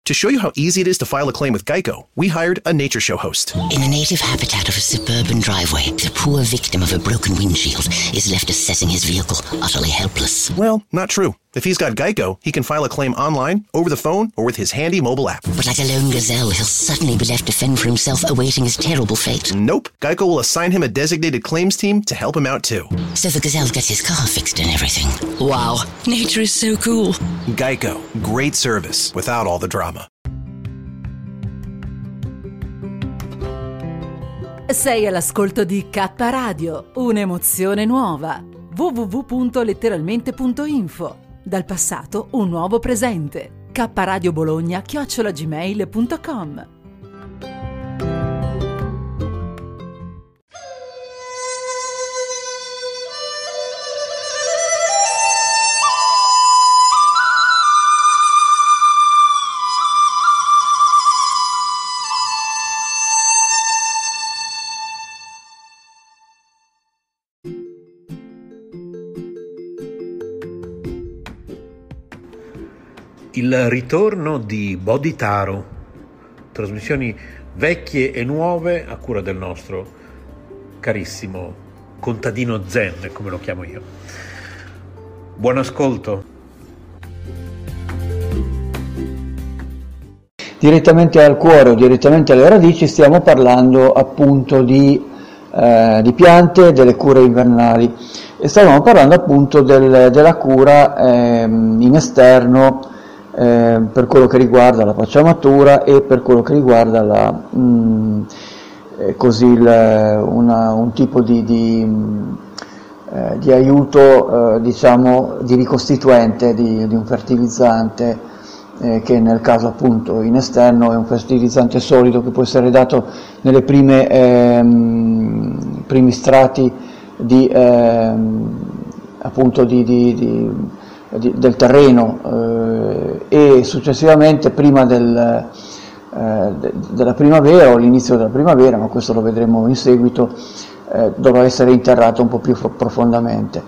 To show you how easy it is to file a claim with Geico, we hired a nature show host. In the native habitat of a suburban driveway, the poor victim of a broken windshield is left assessing his vehicle, utterly helpless. Well, not true. If he's got Geico, he can file a claim online, over the phone, or with his handy mobile app. But like a lone gazelle, he'll suddenly be left to fend for himself, awaiting his terrible fate. Nope. Geico will assign him a designated claims team to help him out too. So the gazelle gets his car fixed and everything. Wow, nature is so cool. Geico. Great service without all the drama. Sei all'ascolto di K Radio, un'emozione nuova. www.letteralmente.info. Dal passato un nuovo presente. kradiobologna@gmail.com. Il ritorno di Bodhitaro, trasmissioni vecchie e nuove a cura del nostro carissimo contadino zen, come lo chiamo io. Buon ascolto. Direttamente al cuore o direttamente alle radici stiamo parlando appunto di piante, delle cure invernali, e stavamo parlando appunto della cura in esterno, per quello che riguarda la pacciamatura e per quello che riguarda un tipo di aiuto, diciamo, di ricostituente di un fertilizzante, che nel caso appunto in esterno è un fertilizzante solido che può essere dato nelle primi strati appunto del terreno, e successivamente prima della primavera o all'inizio della primavera, ma questo lo vedremo in seguito, dovrà essere interrato un po' più profondamente.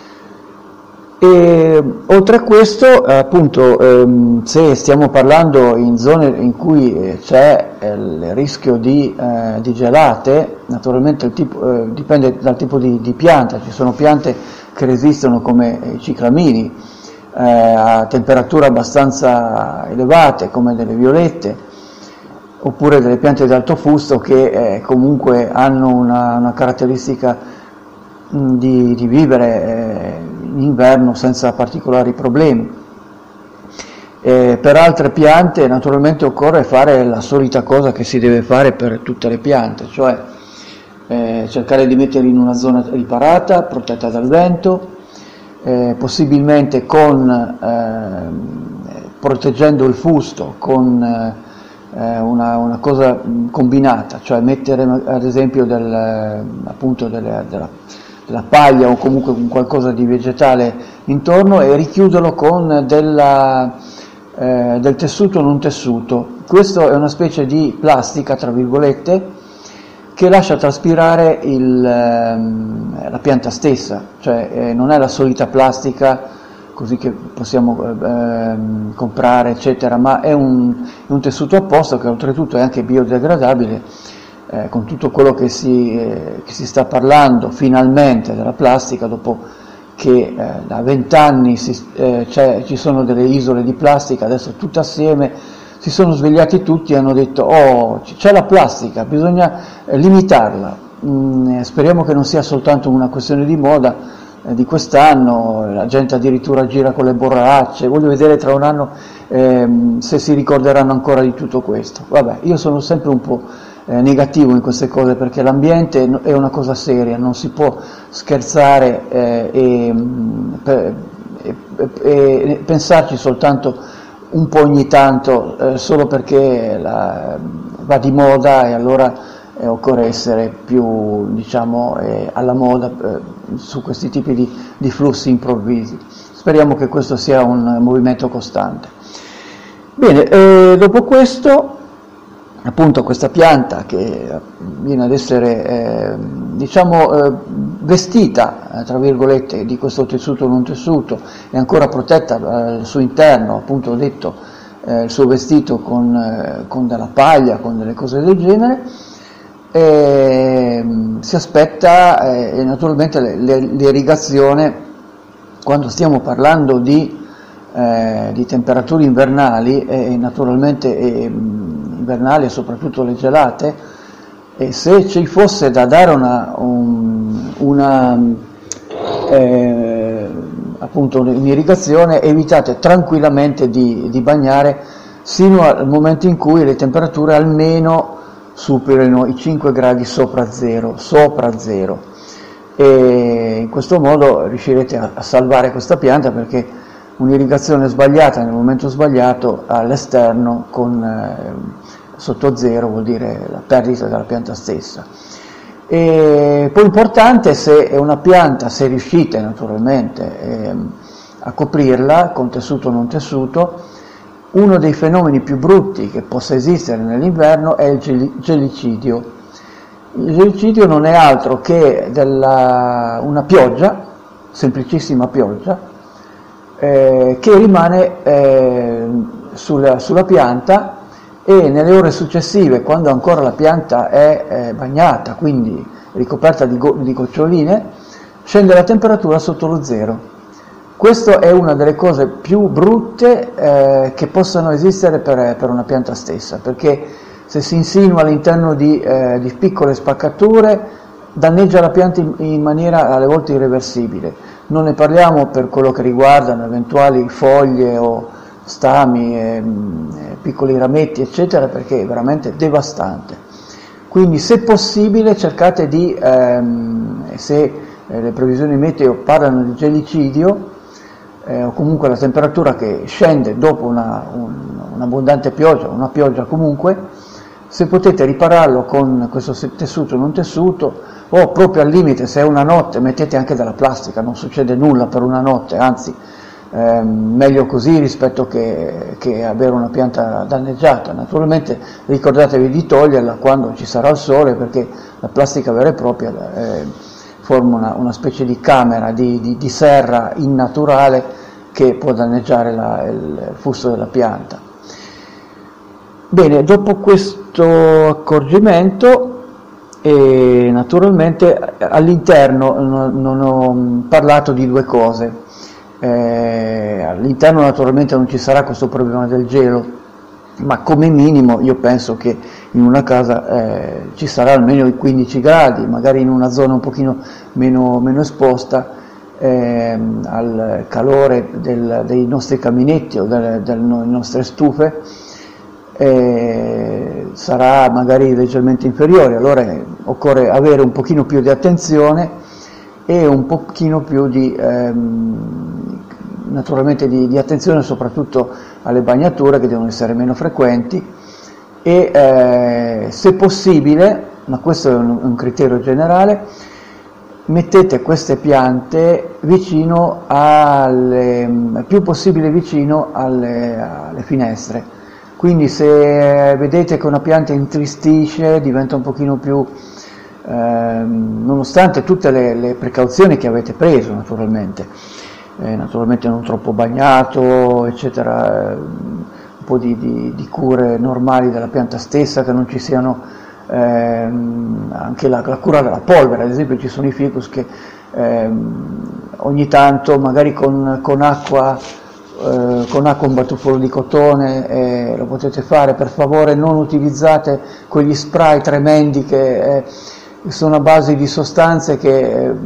E oltre a questo, appunto, se stiamo parlando in zone in cui c'è il rischio di gelate, naturalmente dipende dal tipo di pianta. Ci sono piante che resistono, come i ciclamini, a temperature abbastanza elevate, come delle violette, oppure delle piante di alto fusto che comunque hanno una caratteristica di vivere in inverno senza particolari problemi. Per altre piante naturalmente occorre fare la solita cosa che si deve fare per tutte le piante, cioè cercare di metterli in una zona riparata, protetta dal vento, possibilmente proteggendo il fusto con una cosa combinata, cioè mettere ad esempio della paglia o comunque con qualcosa di vegetale intorno e richiuderlo con del tessuto non tessuto. Questo è una specie di plastica, tra virgolette, che lascia traspirare la pianta stessa, cioè non è la solita plastica così che possiamo comprare, eccetera, ma è un tessuto apposta che oltretutto è anche biodegradabile, con tutto quello che si sta parlando finalmente della plastica, dopo che da 20 anni ci sono delle isole di plastica, adesso tutte assieme si sono svegliati tutti e hanno detto: oh, c'è la plastica, bisogna limitarla. Speriamo che non sia soltanto una questione di moda di quest'anno, la gente addirittura gira con le borracce, voglio vedere tra un anno se si ricorderanno ancora di tutto questo. Vabbè, io sono sempre un po' negativo in queste cose, perché l'ambiente è una cosa seria, non si può scherzare e pensarci soltanto un po' ogni tanto, solo perché va di moda, e allora occorre essere più, diciamo, alla moda su questi tipi di flussi improvvisi. Speriamo che questo sia un movimento costante. Bene, dopo questo, appunto, questa pianta che viene ad essere vestita, tra virgolette, di questo tessuto non tessuto, è ancora protetta al suo interno, appunto ho detto, il suo vestito con della paglia, con delle cose del genere, si aspetta naturalmente l'irrigazione. Quando stiamo parlando di temperature invernali, naturalmente invernali e soprattutto le gelate, e se ci fosse da dare appunto un'irrigazione, evitate tranquillamente di bagnare sino al momento in cui le temperature almeno superino i 5 gradi sopra zero, e in questo modo riuscirete a salvare questa pianta, perché un'irrigazione sbagliata nel momento sbagliato all'esterno sotto zero vuol dire la perdita della pianta stessa. E poi importante, se è una pianta, se riuscite naturalmente a coprirla con tessuto o non tessuto, uno dei fenomeni più brutti che possa esistere nell'inverno è il gelicidio. Il gelicidio non è altro che una pioggia, semplicissima pioggia, che rimane sulla pianta, e nelle ore successive, quando ancora la pianta è bagnata, quindi ricoperta di goccioline, scende la temperatura sotto lo zero. Questa è una delle cose più brutte che possano esistere per una pianta stessa, perché se si insinua all'interno di piccole spaccature danneggia la pianta in maniera alle volte irreversibile. Non ne parliamo per quello che riguardano eventuali foglie o stami, piccoli rametti eccetera, perché è veramente devastante. Quindi se possibile cercate se le previsioni meteo parlano di gelicidio, o comunque la temperatura che scende dopo un'abbondante pioggia, una pioggia comunque, se potete ripararlo con questo tessuto o non tessuto, o proprio al limite, se è una notte mettete anche della plastica, non succede nulla per una notte, anzi meglio così rispetto che avere una pianta danneggiata. Naturalmente ricordatevi di toglierla quando ci sarà il sole, perché la plastica vera e propria forma una specie di camera di serra innaturale che può danneggiare il fusto della pianta. Bene, dopo questo accorgimento, naturalmente all'interno non ho parlato di due cose. All'interno naturalmente non ci sarà questo problema del gelo, ma come minimo io penso che in una casa ci sarà almeno i 15 gradi, magari in una zona un pochino meno esposta al calore dei nostri caminetti o delle nostre stufe, sarà magari leggermente inferiore. Allora occorre avere un pochino più di attenzione e un pochino più naturalmente di attenzione soprattutto alle bagnature, che devono essere meno frequenti, e se possibile, ma questo è un criterio generale, mettete queste piante più possibile vicino alle finestre. Quindi se vedete che una pianta intristisce, diventa un pochino più, nonostante tutte le precauzioni che avete preso naturalmente non troppo bagnato eccetera, un po' di cure normali della pianta stessa, che non ci siano anche la cura della polvere. Ad esempio ci sono i ficus che ogni tanto magari con acqua, un batuffolo di cotone, lo potete fare. Per favore non utilizzate quegli spray tremendi che sono a base di sostanze che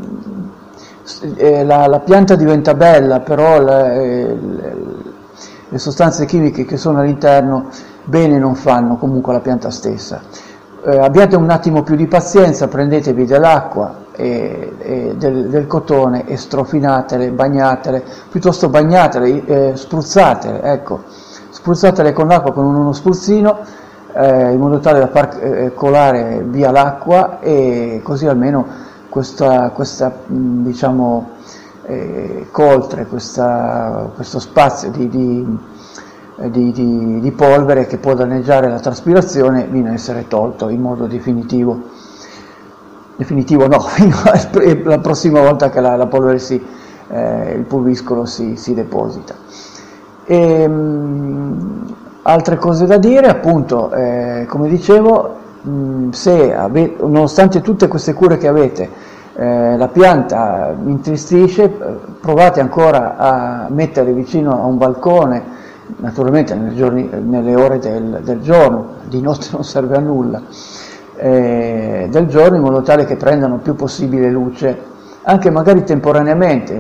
la pianta diventa bella, però le sostanze chimiche che sono all'interno bene non fanno comunque alla pianta stessa. Abbiate un attimo più di pazienza, prendetevi dell'acqua e del cotone e strofinatele, bagnatele, piuttosto bagnatele, spruzzatele con l'acqua, con uno spruzzino, in modo tale da far colare via l'acqua, e così almeno questa diciamo coltre, questo spazio di polvere che può danneggiare la traspirazione viene a essere tolto in modo definitivo no, fino la prossima volta che la polvere il pulviscolo si deposita. E, altre cose da dire, appunto, come dicevo, nonostante tutte queste cure che avete, la pianta intristisce, provate ancora a mettere vicino a un balcone, naturalmente nelle ore del giorno, di notte non serve a nulla, del giorno, in modo tale che prendano più possibile luce, anche magari temporaneamente,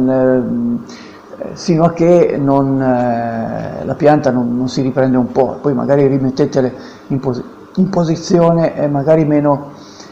sino a che la pianta non si riprende un po', poi magari rimettetele in posizione magari meno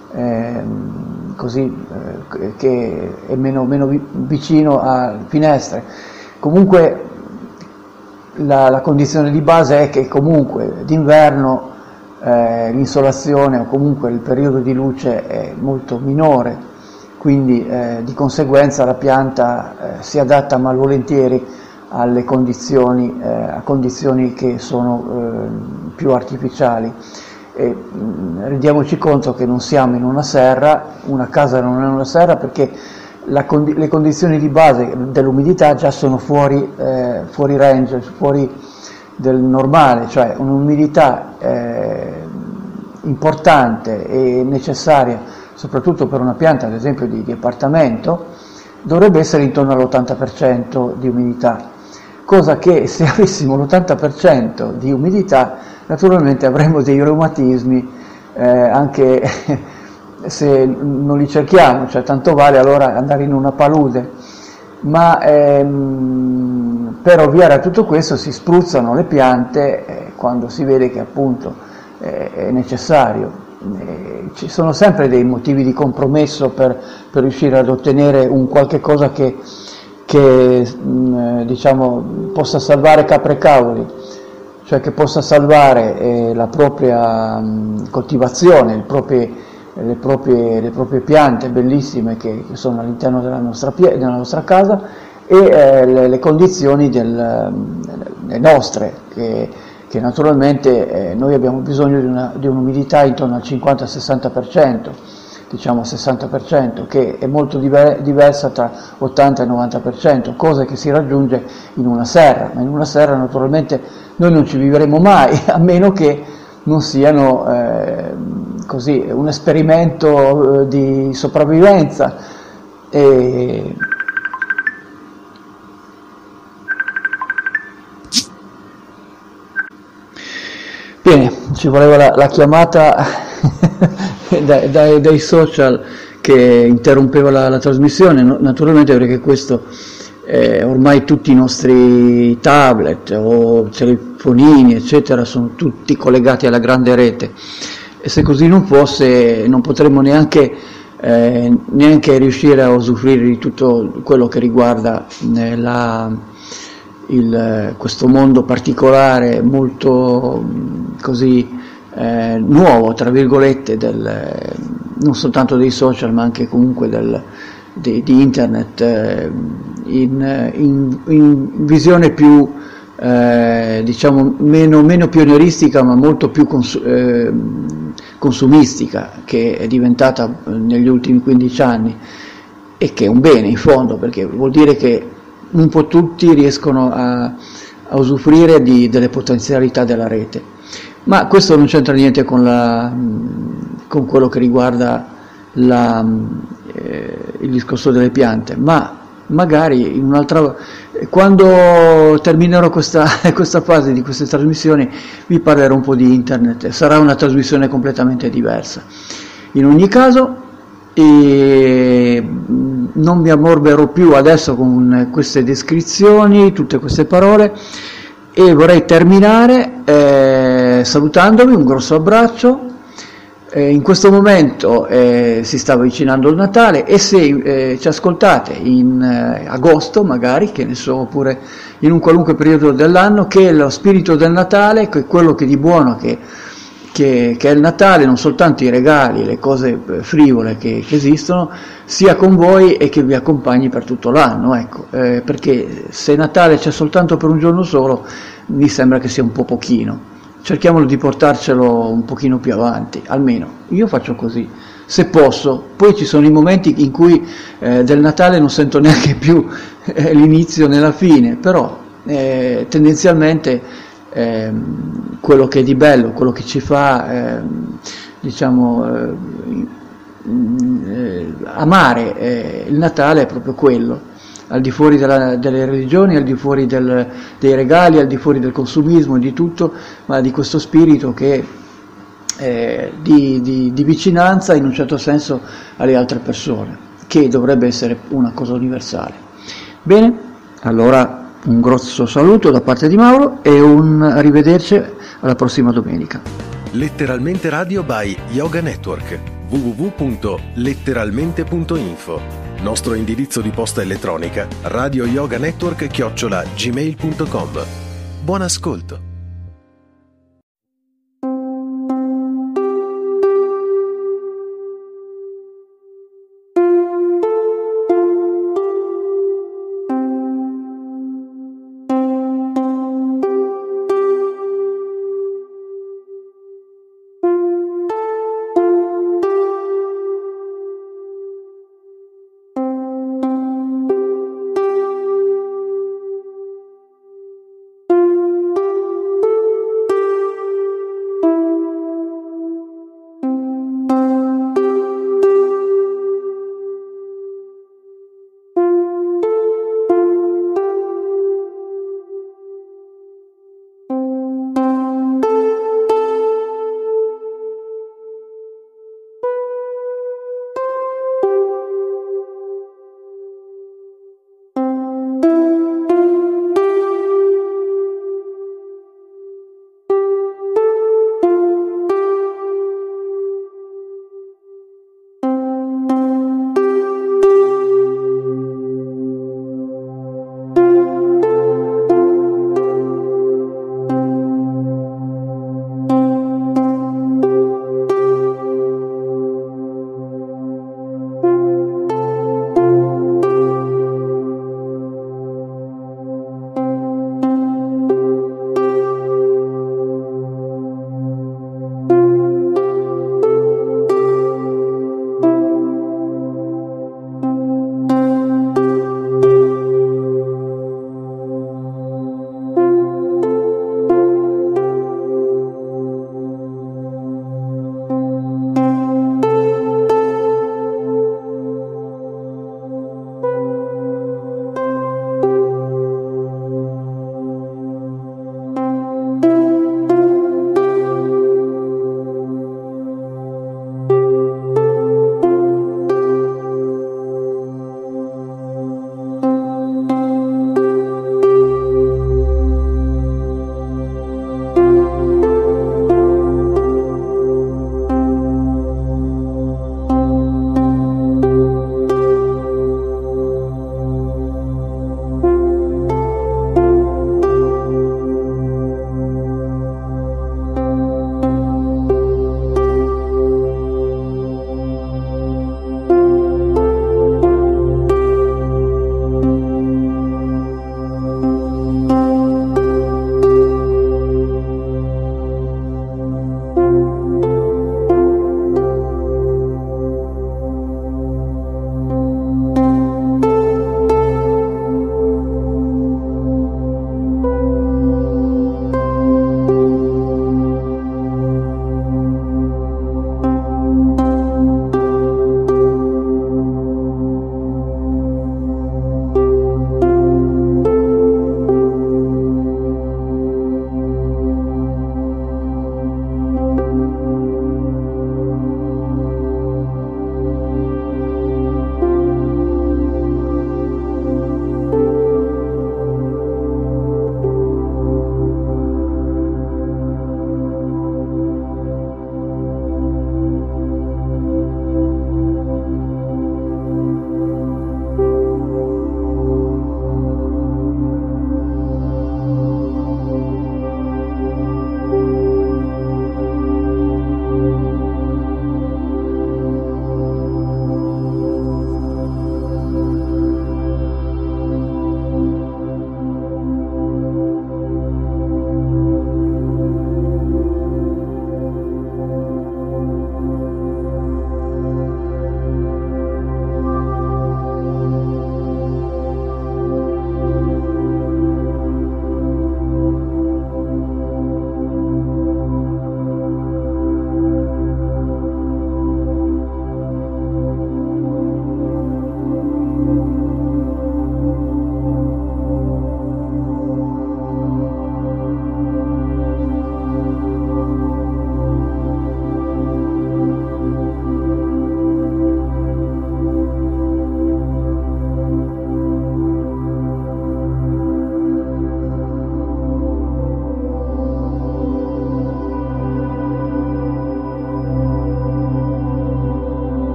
che è meno vicino a finestre. Comunque la condizione di base è che comunque d'inverno l'insolazione o comunque il periodo di luce è molto minore, quindi di conseguenza la pianta si adatta malvolentieri alle condizioni, a condizioni che sono più artificiali. E rendiamoci conto che non siamo in una serra, una casa non è una serra, perché le condizioni di base dell'umidità già sono fuori range, fuori del normale, cioè un'umidità importante e necessaria, soprattutto per una pianta ad esempio di appartamento, dovrebbe essere intorno all'80% di umidità, cosa che se avessimo l'80% di umidità naturalmente avremo dei reumatismi, anche se non li cerchiamo, cioè tanto vale allora andare in una palude, ma per ovviare a tutto questo si spruzzano le piante quando si vede che appunto è necessario. Ci sono sempre dei motivi di compromesso per riuscire ad ottenere un qualche cosa che diciamo possa salvare capre e cavoli, cioè che possa salvare la propria coltivazione, le proprie piante bellissime che sono all'interno della nostra casa, e le condizioni le nostre, che naturalmente noi abbiamo bisogno di un'umidità intorno al 50-60%, diciamo 60%, che è molto diversa tra 80 e 90%, cosa che si raggiunge in una serra, ma in una serra naturalmente noi non ci vivremo mai, a meno che non siano così un esperimento di sopravvivenza. Bene, ci voleva la chiamata dai social che interrompeva la trasmissione, naturalmente, perché questo ormai tutti i nostri tablet o telefonini eccetera sono tutti collegati alla grande rete, e se così non fosse non potremmo neanche riuscire a usufruire di tutto quello che riguarda questo mondo particolare, molto così nuovo, tra virgolette, non soltanto dei social, ma anche comunque di internet, in visione più diciamo meno pionieristica, ma molto più consumistica, che è diventata negli ultimi 15 anni, e che è un bene in fondo, perché vuol dire che un po' tutti riescono a usufruire delle potenzialità della rete. Ma questo non c'entra niente con quello che riguarda il discorso delle piante, ma magari quando terminerò questa fase di queste trasmissioni vi parlerò un po' di internet. Sarà una trasmissione completamente diversa. In ogni caso non mi ammorberò più adesso con queste descrizioni, tutte queste parole, e vorrei terminare salutandovi. Un grosso abbraccio. In questo momento si sta avvicinando il Natale, e se ci ascoltate in agosto magari, che ne so, oppure in un qualunque periodo dell'anno, che lo spirito del Natale, che quello che di buono che è il Natale, non soltanto i regali, le cose frivole che esistono, sia con voi e che vi accompagni per tutto l'anno, ecco, perché se Natale c'è soltanto per un giorno solo mi sembra che sia un po' pochino. Cerchiamo di portarcelo un pochino più avanti, almeno io faccio così, se posso. Poi ci sono i momenti in cui del Natale non sento neanche più l'inizio né la fine, però tendenzialmente quello che è di bello, quello che ci fa amare il Natale è proprio quello, al di fuori delle religioni, al di fuori dei regali, al di fuori del consumismo, di tutto, ma di questo spirito che di vicinanza in un certo senso alle altre persone, che dovrebbe essere una cosa universale. Bene, allora un grosso saluto da parte di Mauro e un arrivederci alla prossima domenica. Letteralmente Radio by Yoga Network, www.letteralmente.info. Nostro indirizzo di posta elettronica radioyoganetwork@gmail.com. Buon ascolto.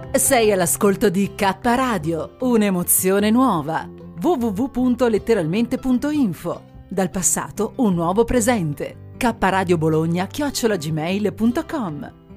Sei all'ascolto di K Radio, un'emozione nuova. www.letteralmente.info. Dal passato un nuovo presente. kradiobologna@gmail.com.